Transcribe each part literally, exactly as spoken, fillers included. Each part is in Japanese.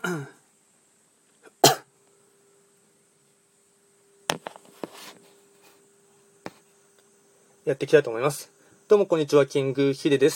やっていきたいと思います。どうもこんにちは、キングヒデです。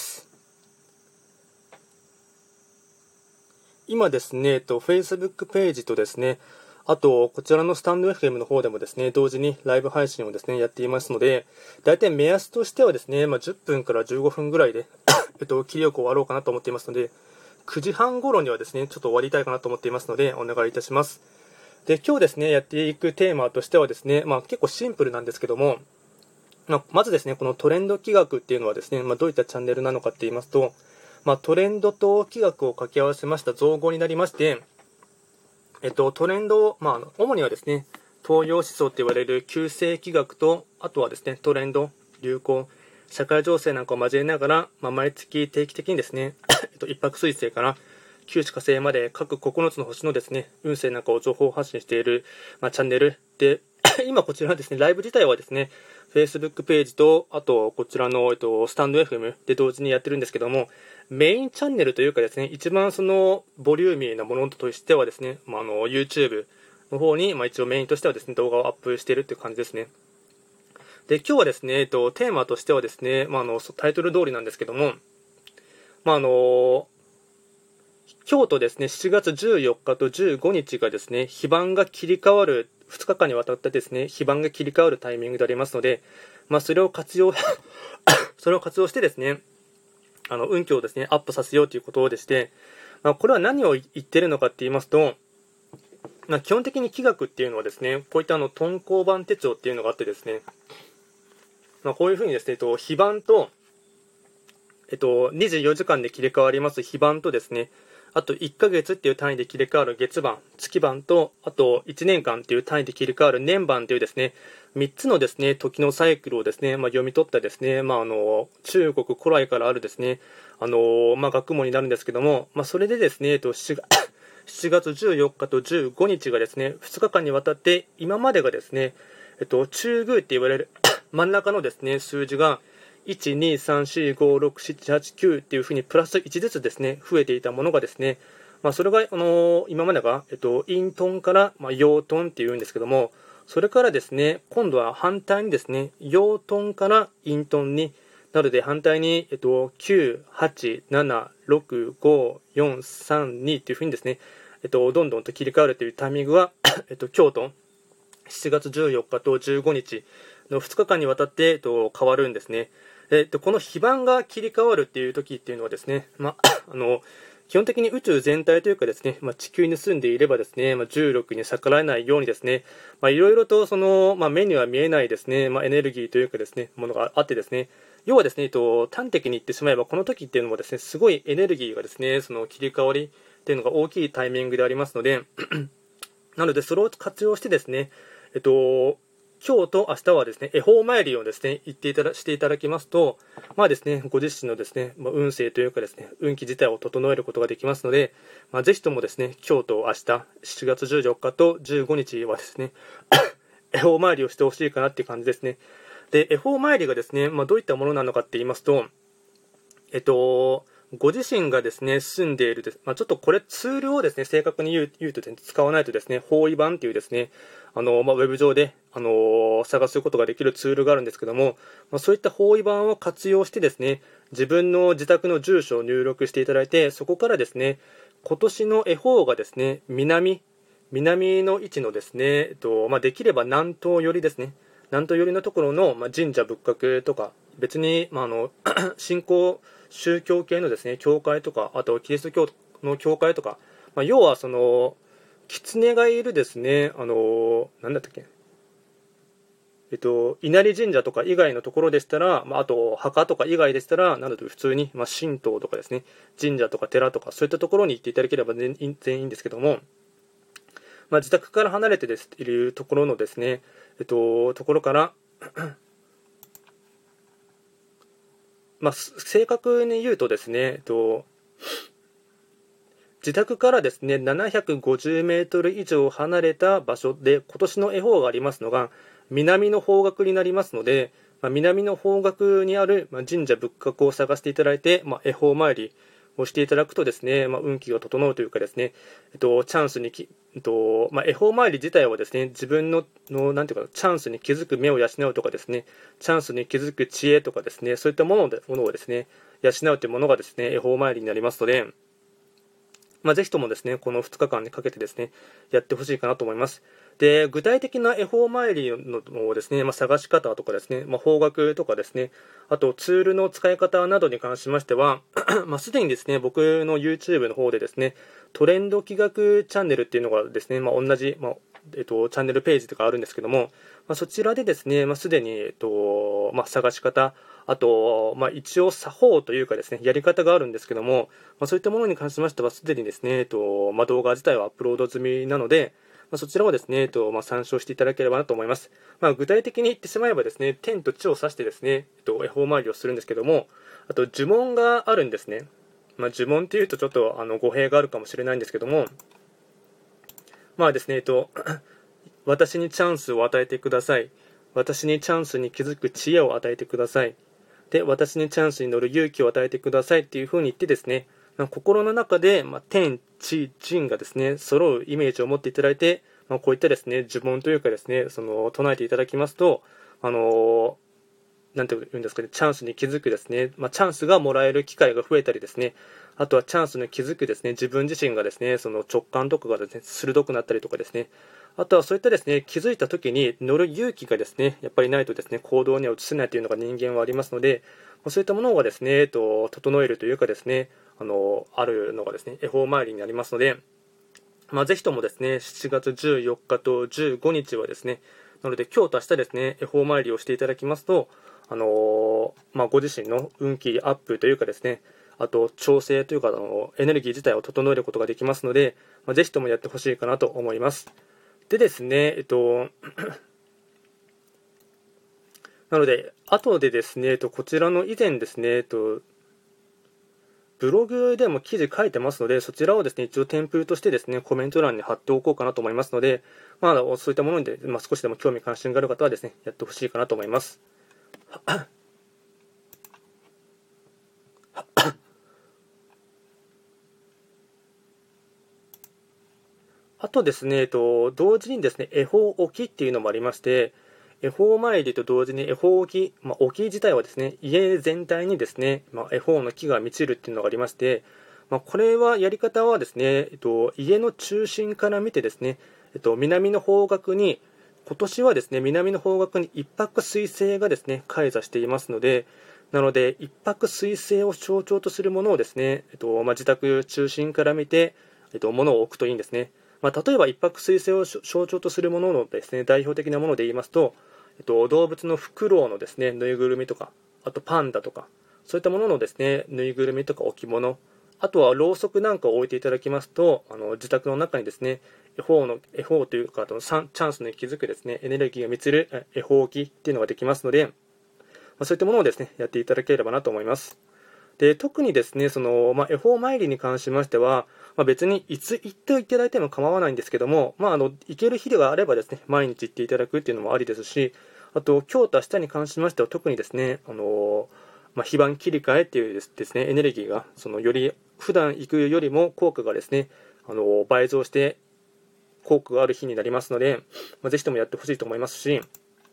今ですね、えっと、Facebook ページとですね、あとこちらのスタンド エフエム の方でもですね、同時にライブ配信をですね、やっていますので、だいたい目安としてはですね、まあ、じゅっぷんからじゅうごふんぐらいで、えっと、切りよく終わろうかなと思っていますので、くじはん頃にはですね、ちょっと終わりたいかなと思っていますので、お願いいたします。で、今日ですね、やっていくテーマとしてはですね、まあ、結構シンプルなんですけども、まあ、まずですね、このトレンド企画っていうのはですね、まあ、どういったチャンネルなのかって言いますと、まあ、トレンドと企画を掛け合わせました造語になりまして、えっと、トレンド、まあ、主にはですね、東洋思想って言われる旧世紀学と、あとはですね、トレンド、流行、社会情勢なんかを交えながら、まあ、毎月定期的にですね、えっと、一泊水星から九死火星まで各ここのつの星のですね、運勢なんかを情報発信している、まあ、チャンネルで、今こちらですね、ライブ自体はですね、Facebook ページと、あとこちらの、えっと、スタンド エフエム で同時にやってるんですけども、メインチャンネルというかですね、一番そのボリューミーなものとしてはですね、まあ、あの YouTube の方に、まあ、一応メインとしてはですね、動画をアップしているっていう感じですね。で、今日はですね、えっと、テーマとしてはですね、まあ、あのタイトル通りなんですけども、まあ、あの今日とですね、しちがつじゅうよっかとじゅうごにちがですね、非番が切り替わる、ふつかかんにわたってですね、非番が切り替わるタイミングでありますので、まあ、それを活用それを活用してですね、あの運気をですね、アップさせようということでして、まあ、これは何を言っているのかって言いますと、まあ、基本的に気学っていうのはですね、こういったあの遁甲番手帳っていうのがあってですね、まあ、こういうふうにですね、非番と、えっと、にじゅうよじかんで切り替わります非番とですね、あといっかげつっていう単位で切り替わる月番、月番と、あといちねんかんっていう単位で切り替わる年番というですね、みっつのですね、時のサイクルをですね、まあ、読み取ったですね、まあ、あの、中国古来からあるですね、あの、まあ、学問になるんですけども、まあ、それでですね、えっと、しちがつじゅうよっかとじゅうごにちがですね、ふつかかんにわたって、今までがですね、えっと、中宮って言われる真ん中のですね、数字が、いち、に、さん、よん、ご、ろく、なな、はち、きゅうっていうふうにプラスいちずつですね、増えていたものがですね、まあ、それが、あのー、今までが、えっと、陰遁から、まあ、陽遁っていうんですけども、それからですね、今度は反対にですね、陽遁から陰遁になので、反対に、えっと、きゅう、はち、なな、ろく、ご、よん、さん、にっていうふうにですね、えっと、どんどんと切り替わるというタイミングは、えっと、今日としちがつじゅうよっかとじゅうごにちのふつかかんにわたって、えっと、変わるんですね。えっと、この非番が切り替わるっていう時っていうのはですね、まあ、あの、基本的に宇宙全体というかですね、まあ、地球に住んでいればですね、まあ、重力に逆らえないようにですね、まあ、いろいろとその、まあ、目には見えないですね、まあ、エネルギーというかですね、ものがあってですね、要はですね、えっと、端的に言ってしまえば、この時っていうのもですね、すごいエネルギーがですね、その切り替わりっていうのが大きいタイミングでありますので、なので、それを活用してですね、えっと、今日と明日はですね、恵方参りをですね、言っていただしていただきますと、まあですね、ご自身のですね、まあ、運勢というかですね、運気自体を整えることができますので、まあ、ぜひともですね、今日と明日、しちがつじゅうよっかとじゅうごにちはですね、恵方参りをしてほしいかなっていう感じですね。で、恵方参りがですね、まあ、どういったものなのかって言いますと、えっと、ご自身がですね、住んでいるです、まあ、ちょっとこれツールをですね、正確に言う言うとですね、使わないとですね、方位版っていうですね、あの、まあ、ウェブ上で、あの、探すことができるツールがあるんですけども、まあ、そういった方位版を活用してですね、自分の自宅の住所を入力していただいて、そこからですね、今年の恵方がですね、南、南の位置のですね、えっと、まあ、できれば南東寄りですね、南東寄りのところの、まあ、神社仏閣とか、別に、まあ、あの信仰宗教系のですね教会とか、あとキリスト教の教会とか、まあ、要はその狐がいるですね、あのなんだったっけ、えっと、稲荷神社とか以外のところでしたら、まあ、あと墓とか以外でしたら、なんだと普通に、まあ、神道とかですね、神社とか寺とかそういったところに行っていただければ全然いいんですけども、まあ、自宅から離れてですいるところのですね、えっと、ところからまあ、正確に言うとですね、えっと、自宅からですね、ななひゃくごじゅうメートル以上離れた場所で、今年の恵方がありますのが、南の方角になりますので、まあ、南の方角にある神社仏閣を探していただいて、まあ、恵方参りをしていただくとですね、まあ、運気が整うというかですね、えっと、チャンスにき、えっとまあ、恵方参り自体はですね、自分ののなんていうかチャンスに気づく目を養うとかですね、チャンスに気づく知恵とかですね、そういったものでものをですね養うというものがですね恵方参りになりますので、まあ、ぜひともですね、このふつかかんにかけてですね、やってほしいかなと思います。で、具体的な恵方参りのですね、まあ、探し方とかですね、まあ、方角とかですね、あとツールの使い方などに関しましては、まあ、すでにですね、僕の YouTube の方でですね、トレンド企画チャンネルっていうのがですね、まあ、同じ、まあえっと、チャンネルページとかあるんですけども、まあ、そちらでですね、まあ、すでに、えっとまあ、探し方、あと、まあ、一応作法というかですね、やり方があるんですけども、まあ、そういったものに関しましては、すでにですね、えっとまあ、動画自体はアップロード済みなので、まあ、そちらをですね、えっとまあ、参照していただければなと思います。まあ、具体的に言ってしまえばですね、天と地を指してですね、えっと、恵方参りをするんですけども、あと呪文があるんですね。まあ、呪文っていうとちょっとあの語弊があるかもしれないんですけども、まあですね、えっと、私にチャンスを与えてください。私にチャンスに気づく知恵を与えてください。で、私にチャンスに乗る勇気を与えてくださいっていうふうに言ってですね、心の中で、まあ、天、地、人がですね、揃うイメージを持っていただいて、まあ、こういったですね、呪文というかですね、その唱えていただきますと、あのなんていうんですかね、チャンスに気づくですね、まあ、チャンスがもらえる機会が増えたりですね、あとはチャンスに気づくですね、自分自身がですね、その直感とかがですね、鋭くなったりとかですね、あとはそういったですね、気づいた時に乗る勇気がですね、やっぱりないとですね、行動には移せないというのが人間はありますので、そういったものがですね、えっと、整えるというかですね、あの、あるのがですね、恵方参りになりますので、まあ、ぜひともですね、しちがつじゅうよっかとじゅうごにちはですね、なので今日と明日ですね、恵方参りをしていただきますと、あのーまあ、ご自身の運気アップというかですね、あと調整というか、あのエネルギー自体を整えることができますので、まあ、ぜひともやってほしいかなと思います。でですね、えっと、なので、後でですね、えっと、こちらの以前ですね、えっと、ブログでも記事書いてますので、そちらをですね、一応添付としてですね、コメント欄に貼っておこうかなと思いますので、まあ、そういったもので、まあ、少しでも興味関心がある方はですね、やってほしいかなと思います。あとですね、えっと、同時にですね、恵方置きっていうのもありまして、恵方参りと同時に恵方置き、まあ、置き自体はですね、家全体にですね、まあ、恵方の木が満ちるっていうのがありまして、まあ、これはやり方はですね、えっと、家の中心から見てですね、えっと、南の方角に、今年はですね、南の方角に一泊水星がですね、開座していますので、なので、一泊水星を象徴とするものをですね、えっとまあ、自宅中心から見て、えっと、物を置くといいんですね。まあ、例えば一泊水星を象徴とするもののですね、代表的なもので言いますと、えっと、動物のフクロウのですね、ぬいぐるみとか、あとパンダとか、そういったもののですね、ぬいぐるみとか置物、あとはろうそくなんかを置いていただきますと、あの自宅の中にですね、恵方の恵方というか、あとチャンスに気づくですね、エネルギーが満ちる恵方置きっていうのができますので、まあ、そういったものをですね、やっていただければなと思います。で、特にですね、その、まあ、恵方参りに関しましては、まあ、別にいつ行っていただいても構わないんですけども、まあ、あの、行ける日があればですね、毎日行っていただくっていうのもありですし、あと、今日と明日に関しましては、特にですね、あの、まあ、非番切り替えっていうですね、エネルギーが、その、より、普段行くよりも効果がですね、あの、倍増して、効果がある日になりますので、まあ、ぜひともやってほしいと思いますし、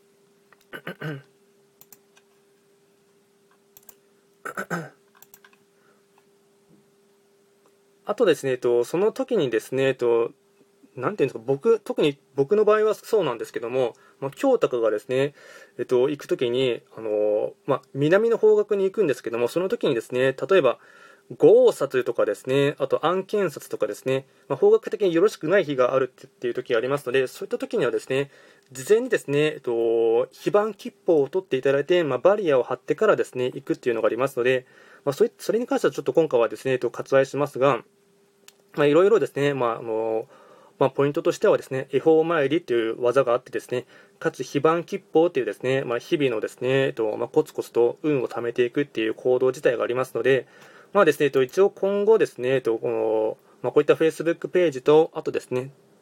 あとですね、えっと、その時にですね、えっと、なんていうんですか、僕、特に僕の場合はそうなんですけども、まあ、今日とかがですね、えっと、行く時に、あの、まあ、南の方角に行くんですけども、その時にですね、例えば、ご応札とかですね、あと案件札とかですね、まあ、方角的によろしくない日があるっていう時がありますので、そういった時にはですね、事前にですね、えっと、非番切符を取っていただいて、まあ、バリアを張ってからですね、行くっていうのがありますので、まあ、それそれに関してはちょっと今回はですね、えっと、割愛しますが、まあ、いろいろですね、まあ、あの、まあ、ポイントとしてはですね、恵方参りという技があってですね、かつ非番吉報というですね、まあ、日々のですね、えっと、まあ、コツコツと運を貯めていくっていう行動自体がありますので、まあですね、えっと、一応今後ですね、えっと、この、まあ、こういった Facebook ページと、あとですね、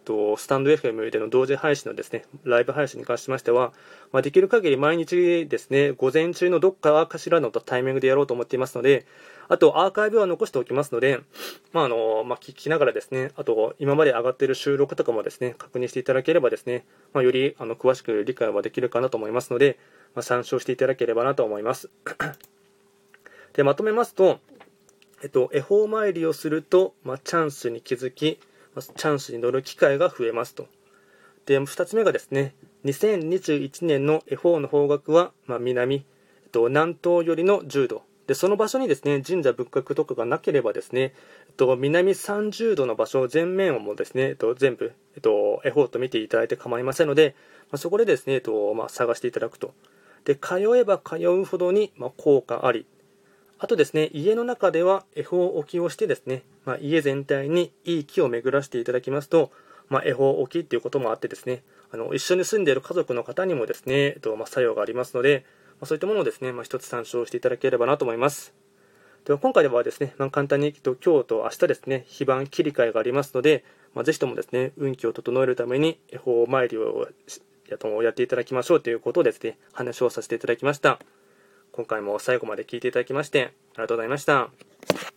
と、スタンド エフエム での同時配信のですね、ライブ配信に関しましては、まあ、できる限り毎日ですね、午前中のどっかかしらのタイミングでやろうと思っていますので、あとアーカイブは残しておきますので、まああのまあ、聞きながらですね、あと今まで上がっている収録とかもですね、確認していただければですね、まあ、よりあの詳しく理解はできるかなと思いますので、まあ、参照していただければなと思います。で、まとめますと、えっと、恵方参りをすると、まあ、チャンスに気づき、チャンスに乗る機会が増えますと。で、ふたつめがですね、にせんにじゅういちねんの恵方の方角は、まあ、南、えっと、南東寄りのじゅうど。で、その場所にですね、神社仏閣とかがなければですね、えっと、南さんじゅうどの場所全面をもですね、えっと、全部、えっと、恵方と見ていただいて構いませんので、まあ、そこでですね、えっと、まあ、探していただくと。で、通えば通うほどに、まあ、効果あり。あとですね、家の中では恵方置きをしてですね、まあ、家全体にいい気を巡らしていただきますと、まあ、恵方置きっていうこともあってですね、あの一緒に住んでいる家族の方にもですね、えっとまあ、作用がありますので、まあ、そういったものをですね、まあ、一つ参照していただければなと思います。では今回ではですね、まあ、簡単に、えっと、今日と明日ですね、非番切り替えがありますので、まあ、ぜひともですね、運気を整えるために恵方参りをやっていただきましょうということをですね、話をさせていただきました。今回も最後まで聞いていただきましてありがとうございました。